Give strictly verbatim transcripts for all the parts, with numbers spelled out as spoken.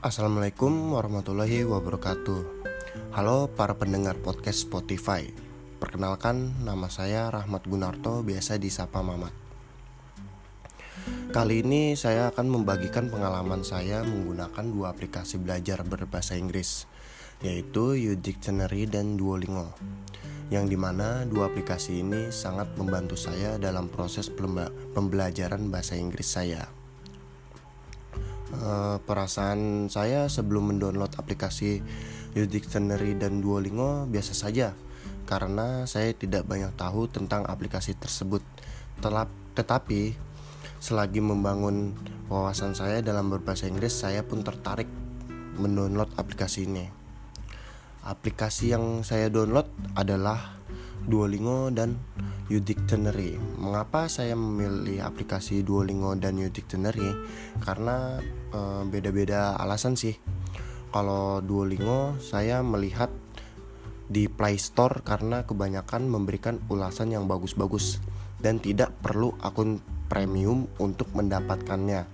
Assalamualaikum warahmatullahi wabarakatuh. Halo para pendengar podcast Spotify. Perkenalkan, nama saya Rahmat Gunarto, biasa disapa Mamat. Kali ini saya akan membagikan pengalaman saya menggunakan dua aplikasi belajar berbahasa Inggris, yaitu YouDictionary dan Duolingo, yang dimana dua aplikasi ini sangat membantu saya dalam proses pembelajaran bahasa Inggris saya. Uh, perasaan saya sebelum mendownload aplikasi YouDictionary dan Duolingo biasa saja, karena saya tidak banyak tahu tentang aplikasi tersebut. Telap, tetapi selagi membangun wawasan saya dalam berbahasa Inggris, saya pun tertarik mendownload aplikasi ini. Aplikasi yang saya download adalah Duolingo dan YouDictionary. Mengapa saya memilih aplikasi Duolingo dan YouDictionary? Karena e, beda-beda alasan sih. Kalau Duolingo saya melihat di Play Store karena kebanyakan memberikan ulasan yang bagus-bagus dan tidak perlu akun premium untuk mendapatkannya.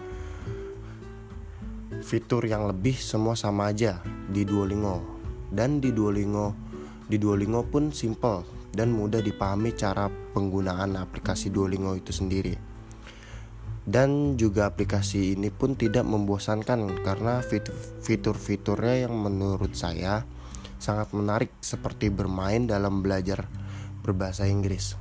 Fitur yang lebih semua sama aja di Duolingo. Dan di Duolingo, di Duolingo pun simple dan mudah dipahami cara penggunaan aplikasi Duolingo itu sendiri. Dan juga aplikasi ini pun tidak membosankan karena fitur-fiturnya yang menurut saya sangat menarik, seperti bermain dalam belajar berbahasa Inggris.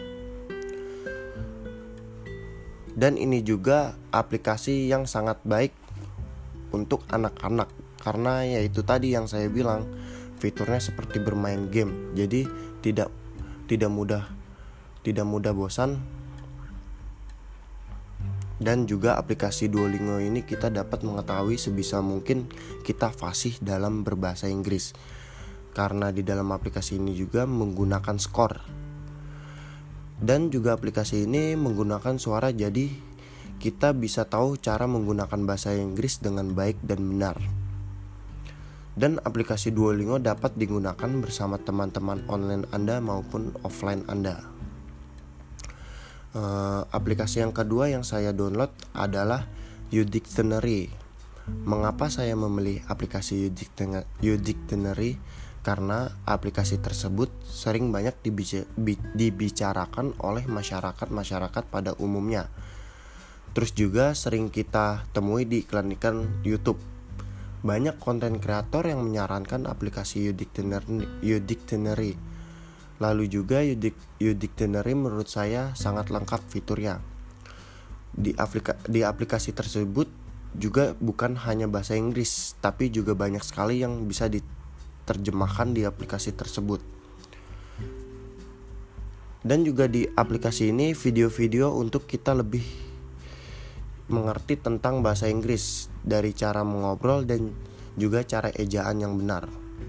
Dan ini juga aplikasi yang sangat baik untuk anak-anak, karena yaitu tadi yang saya bilang, fiturnya seperti bermain game. Jadi tidak tidak mudah tidak mudah bosan. Dan juga aplikasi Duolingo ini kita dapat mengetahui sebisa mungkin kita fasih dalam berbahasa Inggris, karena di dalam aplikasi ini juga menggunakan skor. Dan juga aplikasi ini menggunakan suara, jadi kita bisa tahu cara menggunakan bahasa Inggris dengan baik dan benar. Dan aplikasi Duolingo dapat digunakan bersama teman-teman online Anda maupun offline Anda. Uh, aplikasi yang kedua yang saya download adalah YouDictionary. Mengapa saya memilih aplikasi YouDictionary? Karena aplikasi tersebut sering banyak dibicarakan oleh masyarakat-masyarakat pada umumnya. Terus juga sering kita temui di iklan-iklan YouTube. Banyak konten kreator yang menyarankan aplikasi YouDictionary. Lalu juga YouDictionary menurut saya sangat lengkap fiturnya. Di, aplika- di aplikasi tersebut juga bukan hanya bahasa Inggris, tapi juga banyak sekali yang bisa diterjemahkan di aplikasi tersebut. Dan juga di aplikasi ini video-video untuk kita lebih mengerti tentang bahasa Inggris, dari cara mengobrol dan juga cara ejaan yang benar.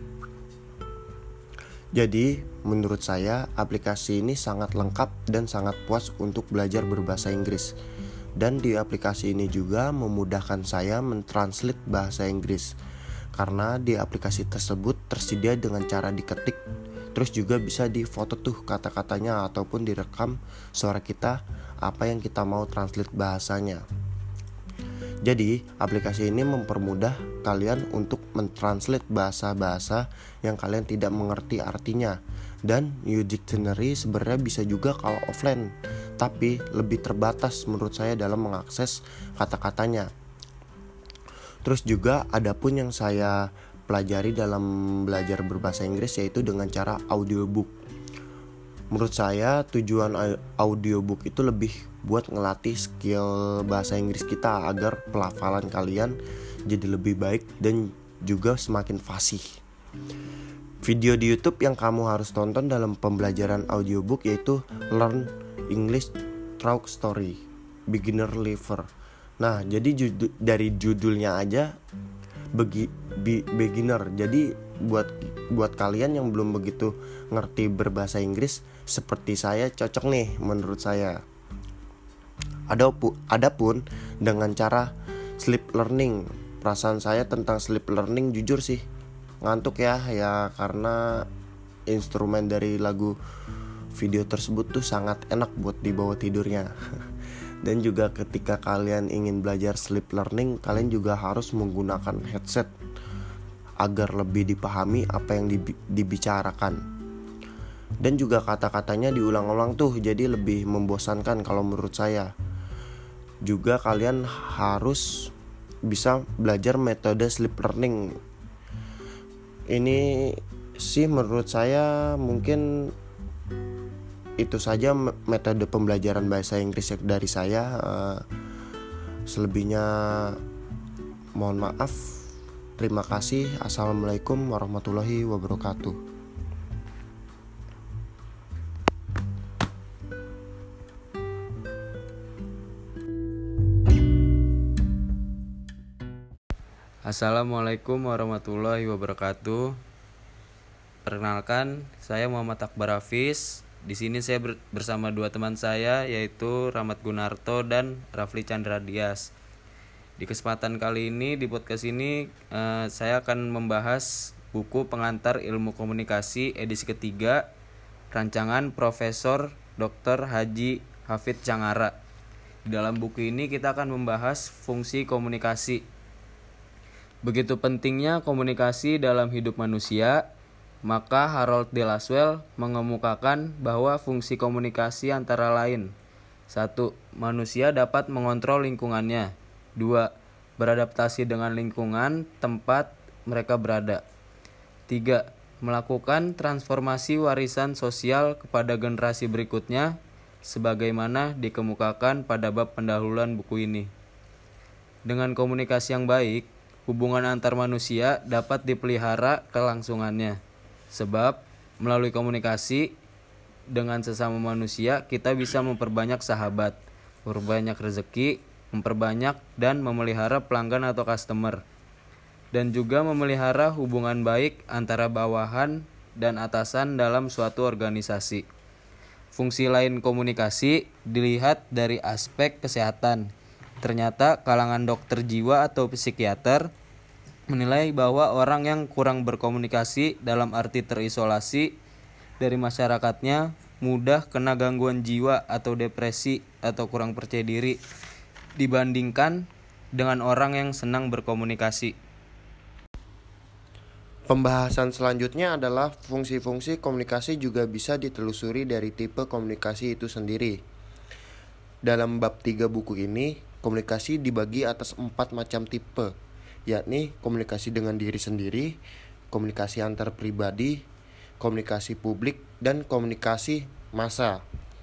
Jadi menurut saya aplikasi ini sangat lengkap dan sangat puas untuk belajar berbahasa Inggris. Dan di aplikasi ini juga memudahkan saya mentranslate bahasa Inggris, karena di aplikasi tersebut tersedia dengan cara diketik, terus juga bisa difoto tuh kata-katanya ataupun direkam suara kita apa yang kita mau translate bahasanya. Jadi, aplikasi ini mempermudah kalian untuk mentranslate bahasa-bahasa yang kalian tidak mengerti artinya. Dan YouDictionary sebenarnya bisa juga kalau offline, tapi lebih terbatas menurut saya dalam mengakses kata-katanya. Terus juga ada pun yang saya pelajari dalam belajar berbahasa Inggris, yaitu dengan cara audiobook. Menurut saya tujuan audiobook itu lebih buat ngelatih skill bahasa Inggris kita agar pelafalan kalian jadi lebih baik dan juga semakin fasih. Video di YouTube yang kamu harus tonton dalam pembelajaran audiobook yaitu Learn English Through Story, Beginner Level. Nah, jadi judul, dari judulnya aja begi, be, beginner. Jadi buat buat kalian yang belum begitu ngerti berbahasa Inggris seperti saya, cocok nih menurut saya. Adapun, adapun dengan cara sleep learning, perasaan saya tentang sleep learning jujur sih ngantuk ya ya karena instrumen dari lagu video tersebut tuh sangat enak buat dibawa tidurnya. Dan juga ketika kalian ingin belajar sleep learning, kalian juga harus menggunakan headset agar lebih dipahami apa yang dibicarakan. Dan juga kata-katanya diulang-ulang tuh, jadi lebih membosankan kalau menurut saya. Juga kalian harus bisa belajar metode sleep learning. Ini sih menurut saya mungkin itu saja metode pembelajaran bahasa Inggris dari saya. Selebihnya mohon maaf. Terima kasih. Assalamualaikum warahmatullahi wabarakatuh. Assalamualaikum warahmatullahi wabarakatuh. Perkenalkan, saya Muhammad Akbar Hafiz. Di sini saya ber- bersama dua teman saya, yaitu Rahmat Gunarto dan Rafli Chandra Dias. Di kesempatan kali ini, di podcast ini, eh, saya akan membahas buku Pengantar Ilmu Komunikasi edisi ketiga, rancangan Profesor doktor Haji Hafidz Cangara. Di dalam buku ini kita akan membahas fungsi komunikasi. Begitu pentingnya komunikasi dalam hidup manusia, maka Harold de Lasswell mengemukakan bahwa fungsi komunikasi antara lain: satu. Manusia dapat mengontrol lingkungannya. Dua. Beradaptasi dengan lingkungan tempat mereka berada. Tiga. Melakukan transformasi warisan sosial kepada generasi berikutnya, sebagaimana dikemukakan pada bab pendahuluan buku ini. Dengan komunikasi yang baik, hubungan antar manusia dapat dipelihara kelangsungannya. Sebab melalui komunikasi dengan sesama manusia, kita bisa memperbanyak sahabat, memperbanyak rezeki, memperbanyak dan memelihara pelanggan atau customer, dan juga memelihara hubungan baik antara bawahan dan atasan dalam suatu organisasi. Fungsi lain komunikasi dilihat dari aspek kesehatan. Ternyata kalangan dokter jiwa atau psikiater menilai bahwa orang yang kurang berkomunikasi dalam arti terisolasi dari masyarakatnya mudah kena gangguan jiwa atau depresi atau kurang percaya diri dibandingkan dengan orang yang senang berkomunikasi. Pembahasan selanjutnya adalah fungsi-fungsi komunikasi juga bisa ditelusuri dari tipe komunikasi itu sendiri. Dalam bab tiga buku ini, komunikasi dibagi atas empat macam tipe, yakni komunikasi dengan diri sendiri, komunikasi antar pribadi, komunikasi publik, dan komunikasi massa.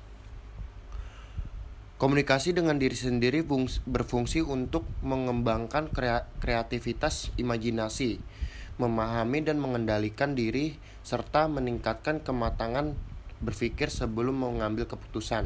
Komunikasi dengan diri sendiri fungs- berfungsi untuk mengembangkan krea- kreativitas imajinasi, memahami dan mengendalikan diri, serta meningkatkan kematangan berpikir sebelum mengambil keputusan.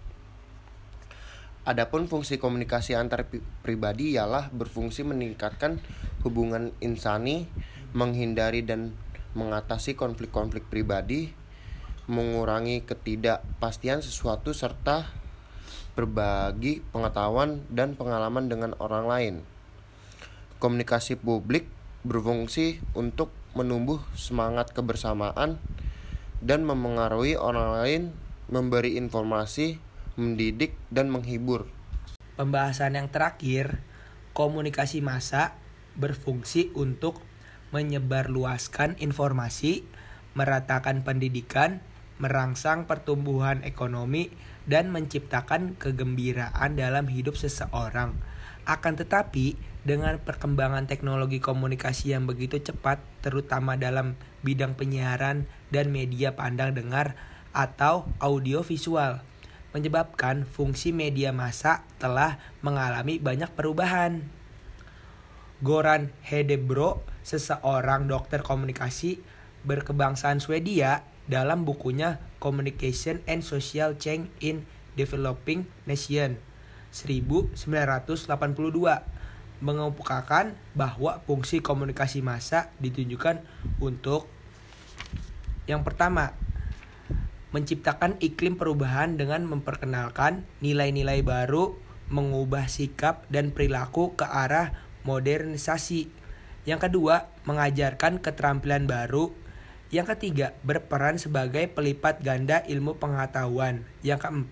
Adapun fungsi komunikasi antar pribadi ialah berfungsi meningkatkan hubungan insani, menghindari dan mengatasi konflik-konflik pribadi, mengurangi ketidakpastian sesuatu, serta berbagi pengetahuan dan pengalaman dengan orang lain. Komunikasi publik berfungsi untuk menumbuh semangat kebersamaan dan memengaruhi orang lain, memberi informasi, mendidik, dan menghibur. Pembahasan yang terakhir, komunikasi massa berfungsi untuk menyebarluaskan informasi, meratakan pendidikan, merangsang pertumbuhan ekonomi, dan menciptakan kegembiraan dalam hidup seseorang. Akan tetapi, dengan perkembangan teknologi komunikasi yang begitu cepat, terutama dalam bidang penyiaran dan media pandang dengar atau audiovisual, menyebabkan fungsi media massa telah mengalami banyak perubahan. Goran Hedebro, seseorang dokter komunikasi berkebangsaan Swedia, dalam bukunya Communication and Social Change in Developing Nations seribu sembilan ratus delapan puluh dua, mengemukakan bahwa fungsi komunikasi massa ditunjukkan untuk yang pertama, menciptakan iklim perubahan dengan memperkenalkan nilai-nilai baru, mengubah sikap dan perilaku ke arah modernisasi. Yang kedua, mengajarkan keterampilan baru. Yang ketiga, berperan sebagai pelipat ganda ilmu pengetahuan. Yang keempat,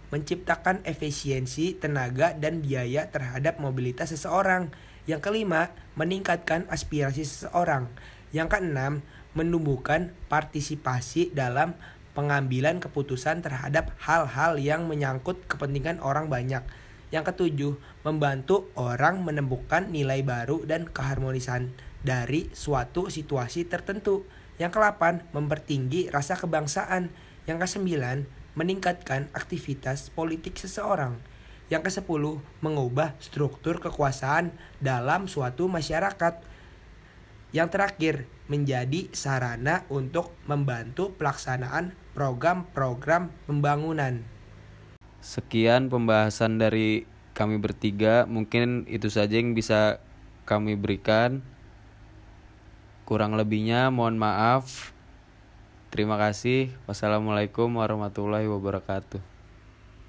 menciptakan efisiensi tenaga dan biaya terhadap mobilitas seseorang. Yang kelima, meningkatkan aspirasi seseorang. Yang keenam, menumbuhkan partisipasi dalam pengambilan keputusan terhadap hal-hal yang menyangkut kepentingan orang banyak. Yang ketujuh, membantu orang menemukan nilai baru dan keharmonisan dari suatu situasi tertentu. Yang kedelapan, mempertinggi rasa kebangsaan. Yang kesembilan, meningkatkan aktivitas politik seseorang. Yang kesepuluh, mengubah struktur kekuasaan dalam suatu masyarakat. Yang terakhir, menjadi sarana untuk membantu pelaksanaan program-program pembangunan. Sekian pembahasan dari kami bertiga. Mungkin itu saja yang bisa kami berikan. Kurang lebihnya mohon maaf. Terima kasih. Wassalamualaikum warahmatullahi wabarakatuh.